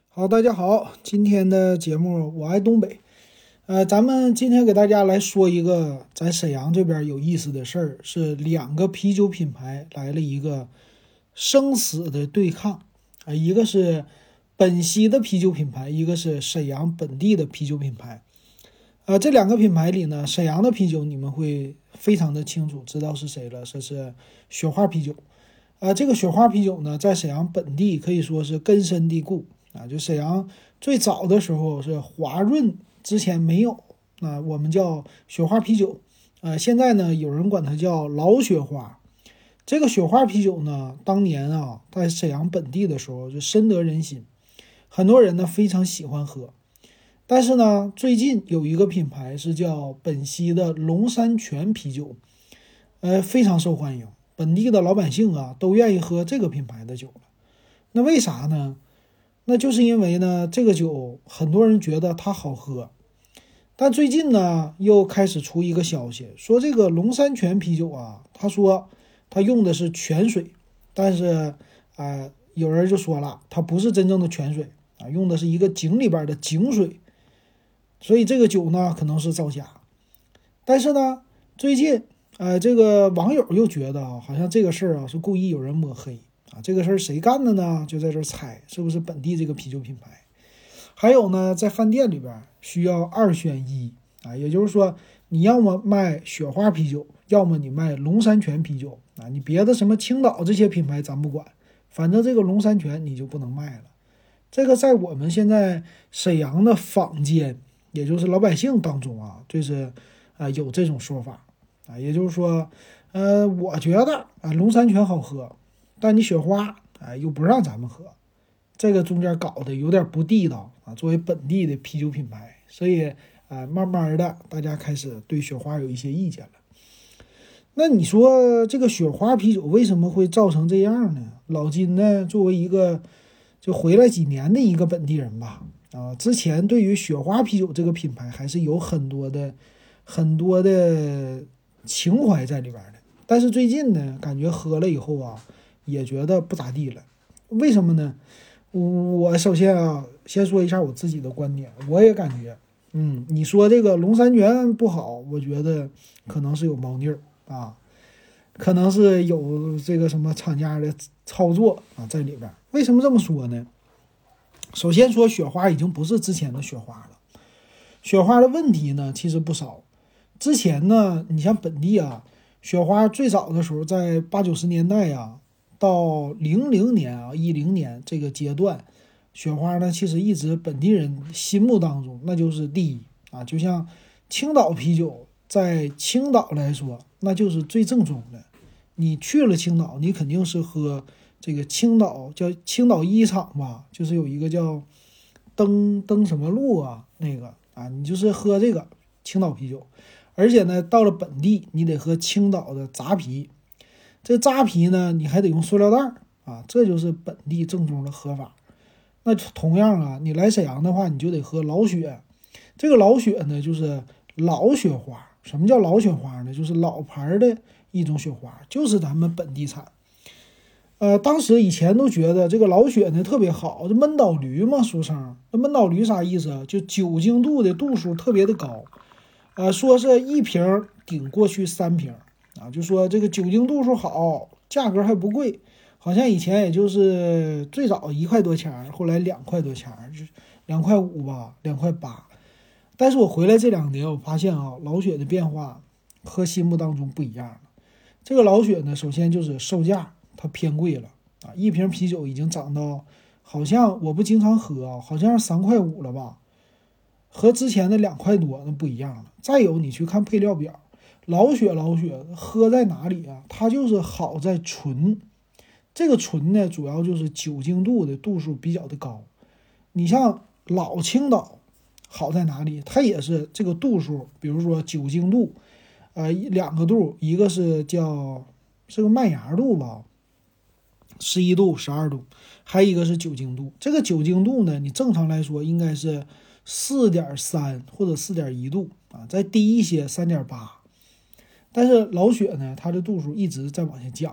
好，大家好，今天的节目我爱东北。咱们今天给大家来说一个在沈阳这边有意思的事儿，是两个啤酒品牌来了一个生死的对抗一个是本溪的啤酒品牌，一个是沈阳本地的啤酒品牌。这两个品牌里呢，沈阳的啤酒你们会非常的清楚知道是谁了，这是雪花啤酒。这个雪花啤酒呢，在沈阳本地可以说是根深蒂固就沈阳最早的时候是华润之前没有，我们叫雪花啤酒。现在呢，有人管它叫老雪花。这个雪花啤酒呢，当年在沈阳本地的时候就深得人心，很多人呢非常喜欢喝。但是呢，最近有一个品牌是叫本溪的龙山泉啤酒，非常受欢迎，本地的老百姓都愿意喝这个品牌的酒了。那为啥呢？那就是因为呢，这个酒很多人觉得它好喝，但最近呢又开始出一个消息，说这个龙山泉啤酒他说他用的是泉水，但是有人就说了，它不是真正的泉水用的是一个井里边的井水，所以这个酒呢可能是造假。但是呢，最近这个网友又觉得好像这个事儿是故意有人抹黑这个事儿谁干的呢？就在这猜是不是本地这个啤酒品牌。还有呢，在饭店里边需要2选1也就是说你要么卖雪花啤酒，要么你卖龙山泉啤酒你别的什么青岛这些品牌咱不管，反正这个龙山泉你就不能卖了。这个在我们现在沈阳的坊间，也就是老百姓当中就是有这种说法也就是说我觉得龙山泉好喝，但你雪花又不让咱们喝，这个中间搞得有点不地道作为本地的啤酒品牌，所以慢慢的大家开始对雪花有一些意见了。那你说这个雪花啤酒为什么会造成这样呢？老金呢，作为一个就回来几年的一个本地人吧之前对于雪花啤酒这个品牌还是有很多的情怀在里边的，但是最近呢，感觉喝了以后也觉得不咋地了。为什么呢？我首先先说一下我自己的观点，我也感觉你说这个龙山泉不好，我觉得可能是有猫腻可能是有这个什么厂家的操作在里边。为什么这么说呢？首先说雪花已经不是之前的雪花了，雪花的问题呢其实不少。之前呢，你像本地雪花最早的时候在80、90年代到00年10年这个阶段，雪花呢其实一直本地人心目当中那就是第一就像青岛啤酒在青岛来说那就是最正宗的。你去了青岛，你肯定是喝这个青岛叫青岛一厂吧，就是有一个叫登什么路那个你就是喝这个青岛啤酒。而且呢，到了本地你得喝青岛的扎啤，这扎啤呢你还得用塑料袋这就是本地正宗的喝法。那同样你来沈阳的话，你就得喝老雪。这个老雪呢就是老雪花。什么叫老雪花呢？就是老牌的一种雪花，就是咱们本地产。当时以前都觉得这个老雪呢特别好，这闷倒驴嘛，俗称。那闷倒驴啥意思就酒精度的度数特别的高。说是一瓶顶过去3瓶就说这个酒精度数好，价格还不贵，好像以前也就是最早1块多钱，后来2块多钱，就2块5吧，2块8。但是我回来这2年，我发现老雪的变化和心目当中不一样了。这个老雪呢，首先就是售价它偏贵了一瓶啤酒已经涨到好像我不经常喝好像是3块5了吧。和之前的2块多那不一样了。再有你去看配料表，老雪喝在哪里它就是好在纯。这个纯呢主要就是酒精度的度数比较的高。你像老青岛好在哪里，它也是这个度数，比如说酒精度2个度，一个是个麦芽度吧，11度12度，还有一个是酒精度。这个酒精度呢你正常来说应该是4.3或者4.1度再低一些3.8。但是老雪呢它的度数一直在往下降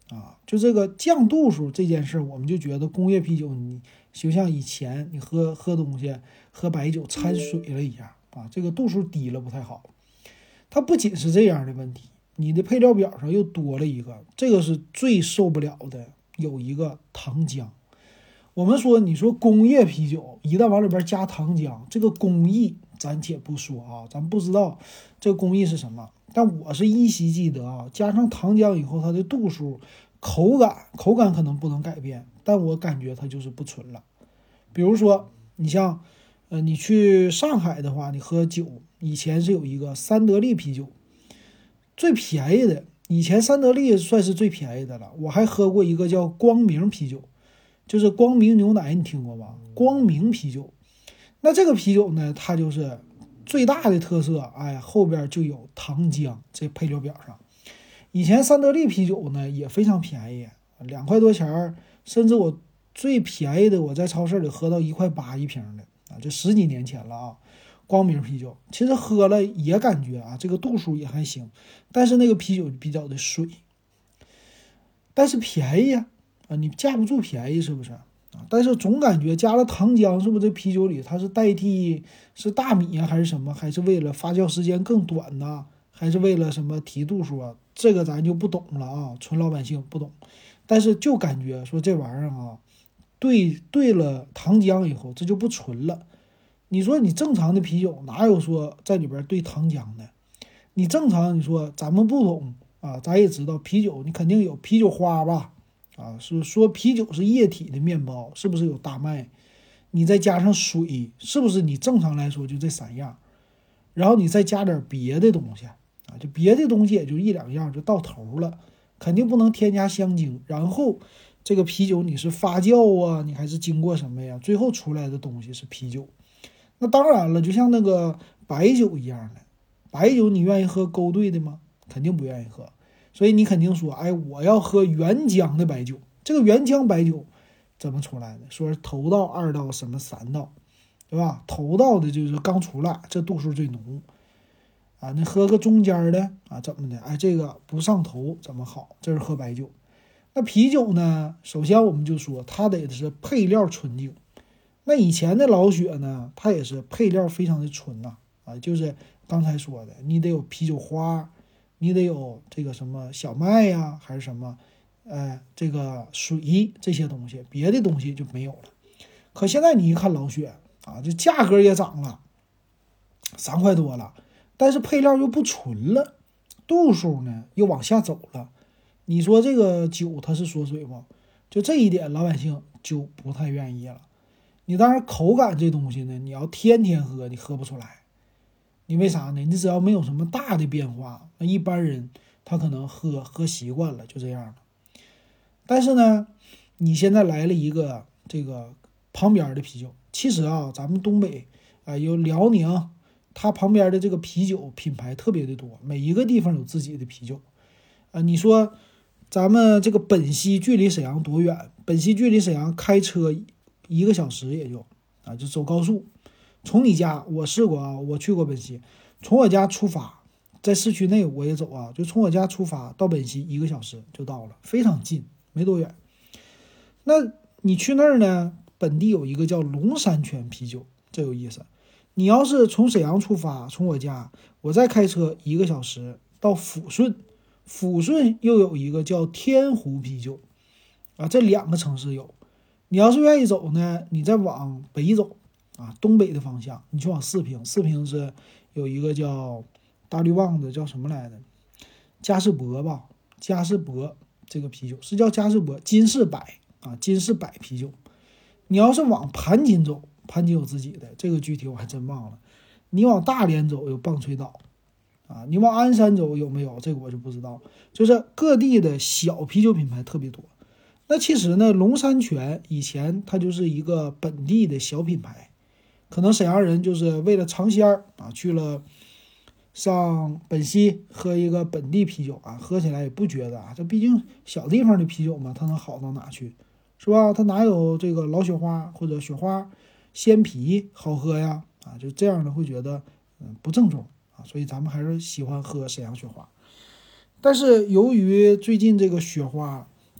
啊。就这个降度数这件事，我们就觉得工业啤酒你就像以前你喝东西喝白酒掺水了一样啊，这个度数低了不太好。它不仅是这样的问题，你的配料表上又多了一个，这个是最受不了的，有一个糖浆。我们说，你说工业啤酒一旦往里边加糖浆，这个工艺咱且不说啊，咱不知道这个工艺是什么，但我是依稀记得啊，加上糖浆以后，它的度数、口感可能不能改变，但我感觉它就是不纯了。比如说，你像，你去上海的话，你喝酒，以前是有一个三得利啤酒，最便宜的，以前三得利算是最便宜的了。我还喝过一个叫光明啤酒，就是光明牛奶，你听过吧？光明啤酒，那这个啤酒呢，它就是最大的特色，哎，后边就有糖浆，这配料表上。以前三得利啤酒呢也非常便宜，2块多钱，甚至我最便宜的我在超市里喝到1.8块一瓶的啊，这10几年前了啊。光明啤酒其实喝了也感觉啊，这个度数也还行，但是那个啤酒比较的水，但是便宜啊，你架不住便宜是不是啊？但是总感觉加了糖浆，是不是这啤酒里它是代替是大米啊，还是什么？还是为了发酵时间更短呢？还是为了什么提度数啊？这个咱就不懂了啊，纯老百姓不懂。但是就感觉说这玩意儿啊，兑了糖浆以后，这就不纯了。你说你正常的啤酒哪有说在里边兑糖浆的？你正常你说咱们不懂啊，咱也知道啤酒你肯定有啤酒花吧？啊，是说啤酒是液体的面包，是不是有大麦？你再加上水，是不是你正常来说就这3样？然后你再加点别的东西啊，就别的东西也就1、2样就到头了，肯定不能添加香精。然后这个啤酒你是发酵啊，你还是经过什么呀？最后出来的东西是啤酒。那当然了，就像那个白酒一样的，白酒你愿意喝勾兑的吗？肯定不愿意喝。所以你肯定说，哎，我要喝原浆的白酒。这个原浆白酒怎么出来的？说是头道、2道、什么3道，对吧？头道的就是刚出来，这度数最浓啊。那喝个中间的啊，怎么的？哎，这个不上头怎么好？这是喝白酒。那啤酒呢？首先我们就说它得是配料纯净。那以前的老雪呢，它也是配料非常的纯呐，啊，就是刚才说的，你得有啤酒花，你得有这个什么小麦呀，还是什么，这个水这些东西，别的东西就没有了。可现在你一看老雪啊，这价格也涨了，3块多了，但是配料又不纯了，度数呢又往下走了。你说这个酒它是缩水不？就这一点，老百姓就不太愿意了。你当然口感这东西呢，你要天天喝，你喝不出来。你为啥呢？你只要没有什么大的变化，那一般人他可能喝习惯了，就这样了。但是呢，你现在来了一个这个旁边的啤酒，其实啊，咱们东北有辽宁，它旁边的这个啤酒品牌特别的多，每一个地方有自己的啤酒。你说咱们这个本溪距离沈阳多远？本溪距离沈阳开车1个小时也就就走高速。从你家我试过啊，我去过本溪，从我家出发，在市区内我也走啊，就从我家出发到本溪1个小时就到了，非常近，没多远。那你去那儿呢，本地有一个叫龙山泉啤酒，这有意思。你要是从沈阳出发，从我家，我再开车1个小时到抚顺，抚顺又有一个叫天湖啤酒啊，这2个城市有。你要是愿意走呢，你再往北走啊，东北的方向，你去往四平，四平是有一个叫大绿棒子，叫什么来着？嘉士伯吧，嘉士伯这个啤酒是叫嘉士伯，金士百啊，金士百啤酒。你要是往盘锦走，盘锦有自己的，这个具体我还真忘了。你往大连走有棒槌岛啊，你往鞍山走有没有？这个我就不知道。就是各地的小啤酒品牌特别多。那其实呢，龙山泉以前它就是一个本地的小品牌，可能沈阳人就是为了尝鲜啊，去了上本溪喝一个本地啤酒啊，喝起来也不觉得啊，这毕竟小地方的啤酒嘛，它能好到哪去，是吧？它哪有这个老雪花或者雪花鲜啤好喝呀？啊，就这样的会觉得不正宗啊，所以咱们还是喜欢喝沈阳雪花。但是由于最近这个雪花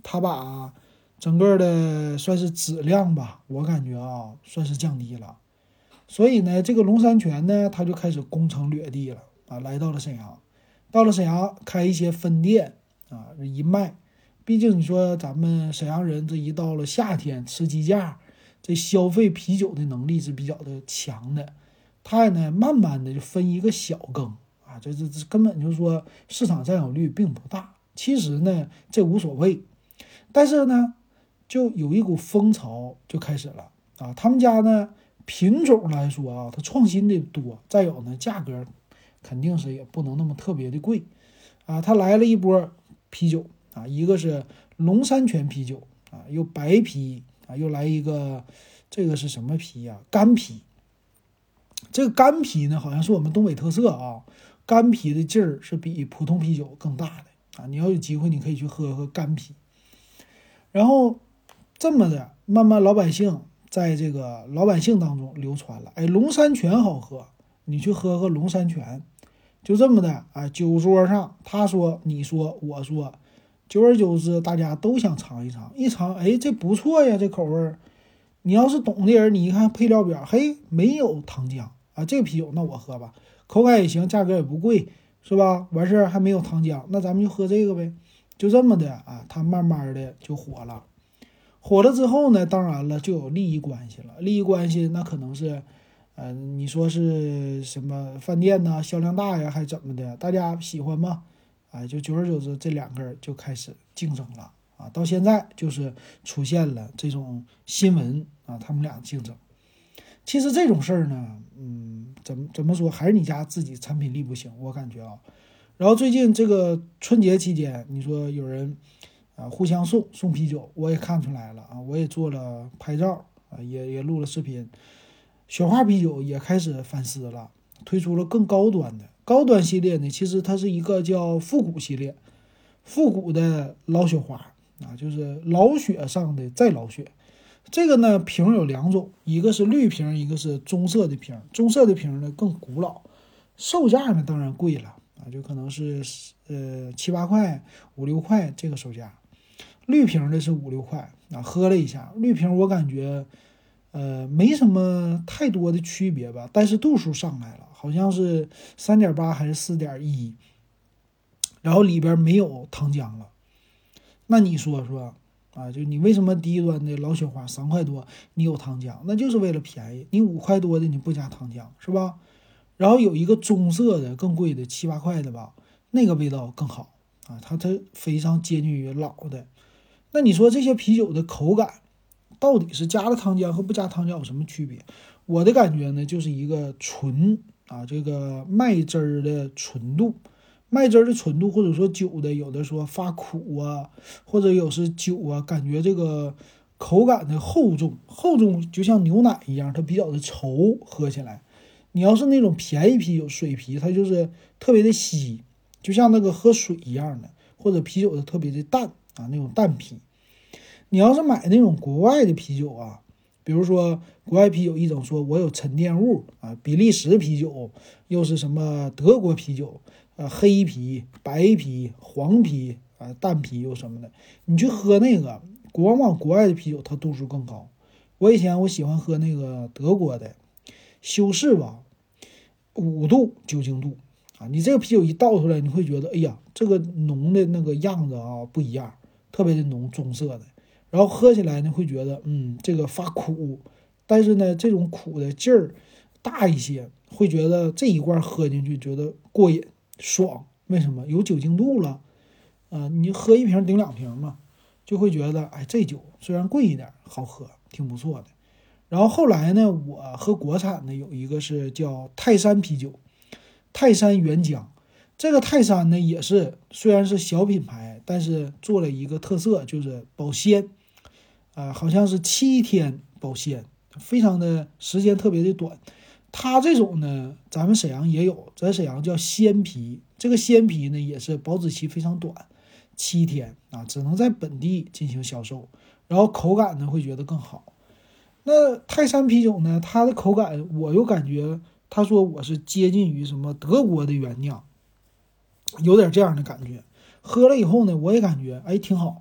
它把整个的算是质量吧，我感觉啊算是降低了。所以呢，这个龙山泉呢，它就开始攻城掠地了啊，来到了沈阳，到了沈阳开一些分店啊，一卖。毕竟你说咱们沈阳人这一到了夏天吃鸡架，这消费啤酒的能力是比较的强的，它呢慢慢的就分一个小羹啊，这根本就是说市场占有率并不大。其实呢这无所谓，但是呢就有一股风潮就开始了啊，他们家呢品种来说啊，它创新的多，再有呢价格肯定是也不能那么特别的贵啊，它来了一波啤酒啊，一个是龙山泉啤酒啊，又白啤啊，又来一个这个是什么啤呀？干啤。这个干啤呢，好像是我们东北特色啊，干啤的劲儿是比普通啤酒更大的啊。你要有机会，你可以去喝喝干啤。然后这么的，慢慢老百姓在这个老百姓当中流传了，哎，龙山泉好喝，你去喝喝龙山泉。就这么的啊，酒桌上他说你说我说，久而久之大家都想尝一尝，一尝哎这不错呀，这口味。你要是懂的人，你一看配料表，嘿，没有糖浆啊，这个啤酒那我喝吧，口感也行，价格也不贵，是吧？完事儿还没有糖浆，那咱们就喝这个呗。就这么的啊，它慢慢的就火了。火了之后呢，当然了，就有利益关系了。利益关系那可能是你说是什么饭店呢，销量大呀，还怎么的？大家喜欢吗？啊，就久而久之，这两个人就开始竞争了啊。到现在就是出现了这种新闻啊，他们俩竞争。其实这种事儿呢，怎么说，还是你家自己产品力不行，我感觉啊。然后最近这个春节期间，你说有人啊互相送啤酒，我也看出来了啊，我也做了拍照啊，也录了视频。雪花啤酒也开始反思了，推出了更高端系列呢。其实它是一个叫复古系列，复古的老雪花啊，就是老雪上的再老雪。这个呢瓶有两种，一个是绿瓶，一个是棕色的瓶。棕色的瓶呢更古老，售价呢当然贵了啊，就可能是7-8块、5-6块这个售价。绿瓶的是5-6块啊，喝了一下绿瓶，我感觉没什么太多的区别吧，但是度数上来了，好像是3.8还是4.1，然后里边没有糖浆了。那你说说啊，就你为什么低端的老雪花3块多你有糖浆？那就是为了便宜。你5块多的你不加糖浆是吧？然后有一个棕色的更贵的7-8块的吧，那个味道更好啊，它非常接近于老的。那你说这些啤酒的口感到底是加了糖浆和不加糖浆有什么区别？我的感觉呢，就是一个纯啊，这个麦汁儿的纯度，麦汁儿的纯度，或者说酒的，有的说发苦啊，或者有时酒啊，感觉这个口感的厚重就像牛奶一样，它比较的稠，喝起来。你要是那种便宜啤酒水啤，它就是特别的稀，就像那个喝水一样的，或者啤酒的特别的淡啊，那种淡啤。你要是买那种国外的啤酒啊，比如说国外啤酒一整说我有沉淀物啊，比利时啤酒，又是什么德国啤酒，黑啤、白啤、黄啤啊，淡啤又什么的，你去喝那个，往往国外的啤酒它度数更高。我以前我喜欢喝那个德国的修士吧，5度酒精度啊，你这个啤酒一倒出来，你会觉得哎呀，这个浓的那个样子啊不一样，特别的浓，棕色的。然后喝起来呢，会觉得这个发苦，但是呢，这种苦的劲儿大一些，会觉得这一罐喝进去觉得过瘾爽。为什么？有酒精度了你喝一瓶顶2瓶嘛，就会觉得哎，这酒虽然贵一点，好喝，挺不错的。然后后来呢，我喝国产的有一个是叫泰山啤酒，泰山原浆。这个泰山呢也是虽然是小品牌，但是做了一个特色，就是保鲜。好像是7天保鲜，非常的时间特别的短。它这种呢，咱们沈阳也有，在沈阳叫鲜啤。这个鲜啤呢，也是保质期非常短，7天啊，只能在本地进行销售。然后口感呢，会觉得更好。那泰山啤酒呢，它的口感我又感觉，他说我是接近于什么德国的原酿，有点这样的感觉。喝了以后呢，我也感觉哎挺好。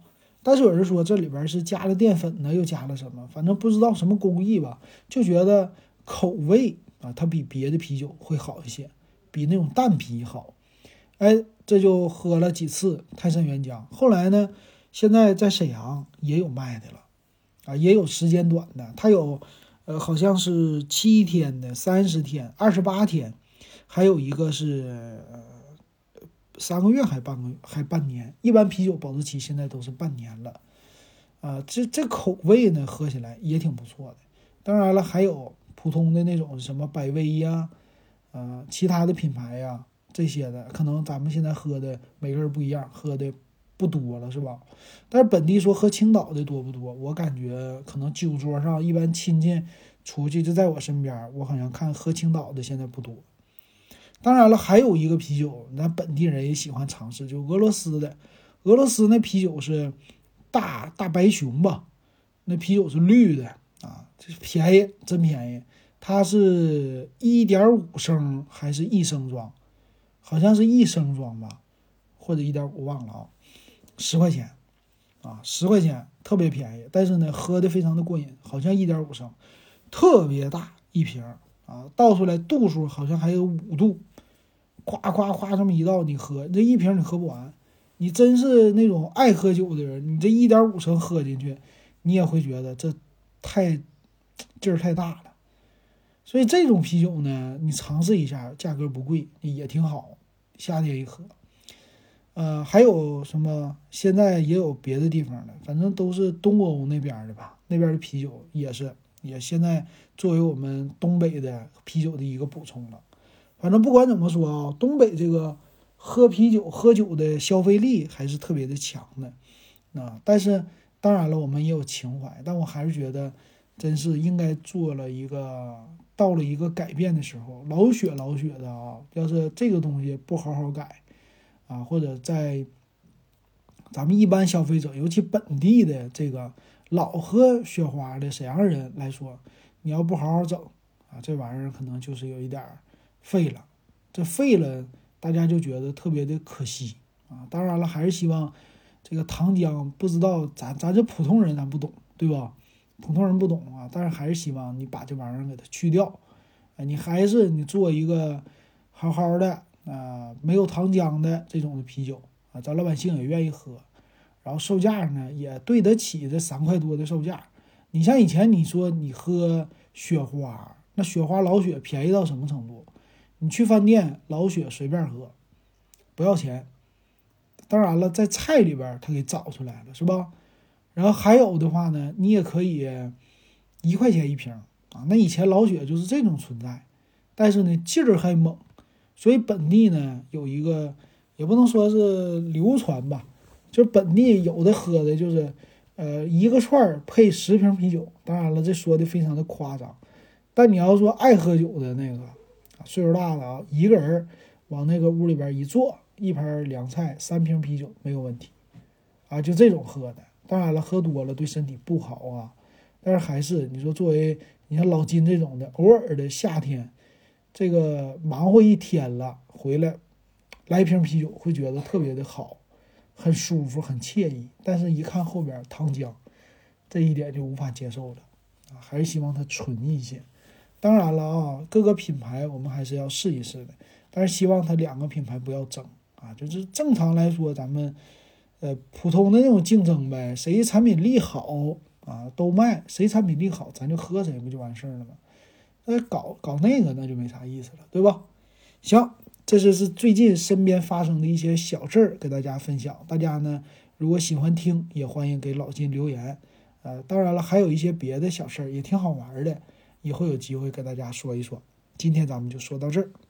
但是有人说这里边是加了淀粉呢，又加了什么，反正不知道什么工艺吧，就觉得口味啊，它比别的啤酒会好一些，比那种淡啤好。哎，这就喝了几次泰山原浆。后来呢，现在在沈阳也有卖的了啊，也有时间短的，它有好像是7天的、30天、28天，还有一个是3个月还半年。一般啤酒保质期现在都是半年了啊。这口味呢，喝起来也挺不错的。当然了，还有普通的那种什么百威呀，其他的品牌呀，这些的可能咱们现在喝的每个人不一样，喝的不多了，是吧？但是本地说喝青岛的多不多？我感觉可能酒桌上一般亲戚出去就在我身边，我好像看喝青岛的现在不多。当然了，还有一个啤酒，咱本地人也喜欢尝试，就俄罗斯的。俄罗斯那啤酒是大白熊吧？那啤酒是绿的啊，这便宜，真便宜。它是1.5升还是1升装？好像是1升装吧，或者1.5，忘了啊。10块钱啊，10块钱特别便宜，但是呢，喝的非常的过瘾，好像1.5升，特别大一瓶啊，倒出来度数好像还有5度，夸夸夸这么一倒，你喝这一瓶你喝不完。你真是那种爱喝酒的人，你这1.5升喝进去，你也会觉得这太劲儿太大了。所以这种啤酒呢，你尝试一下，价格不贵，也挺好，夏天一喝。还有什么？现在也有别的地方的，反正都是东欧那边的吧，那边的啤酒也现在作为我们东北的啤酒的一个补充了。反正不管怎么说啊，东北这个喝啤酒喝酒的消费力还是特别的强的。但是当然了，我们也有情怀，但我还是觉得真是应该到了一个改变的时候，老血的啊，要是这个东西不好好改啊，或者在咱们一般消费者，尤其本地的这个老喝雪花的沈阳人来说，你要不好好整啊，这玩意儿可能就是有一点废了。这废了，大家就觉得特别的可惜啊。当然了，还是希望这个糖浆，不知道咱这普通人咱不懂，对吧？普通人不懂啊，但是还是希望你把这玩意儿给它去掉。你还是你做一个好好的没有糖浆的这种的啤酒啊，咱老百姓也愿意喝，然后售价呢也对得起这3块多的售价。你像以前你说你喝雪花，那雪花老雪便宜到什么程度？你去饭店老雪随便喝，不要钱。当然了，在菜里边它给找出来了，是吧？然后还有的话呢，你也可以1块钱一瓶啊。那以前老雪就是这种存在，但是呢劲儿还猛，所以本地呢有一个也不能说是流传吧，就是本地有的喝的就是一个串配10瓶啤酒。当然了，这说的非常的夸张，但你要说爱喝酒的那个岁数大了啊，一个人往那个屋里边一坐，一盘凉菜3瓶啤酒没有问题啊，就这种喝的。当然了，喝多了对身体不好啊，但是还是你说作为你像老金这种的，偶尔的夏天，这个忙活一天了回来，来一瓶啤酒会觉得特别的好，很舒服，很惬意。但是一看后边糖浆，这一点就无法接受了啊，还是希望它纯一些。当然了啊，各个品牌我们还是要试一试的，但是希望它2个品牌不要争啊，就是正常来说咱们普通的那种竞争呗，谁产品力好啊都卖，谁产品力好咱就喝谁，不就完事儿了吗？搞那个那就没啥意思了，对吧？行，这是最近身边发生的一些小事儿，给大家分享。大家呢如果喜欢听，也欢迎给老金留言。当然了，还有一些别的小事儿也挺好玩的，以后有机会跟大家说一说。今天咱们就说到这儿。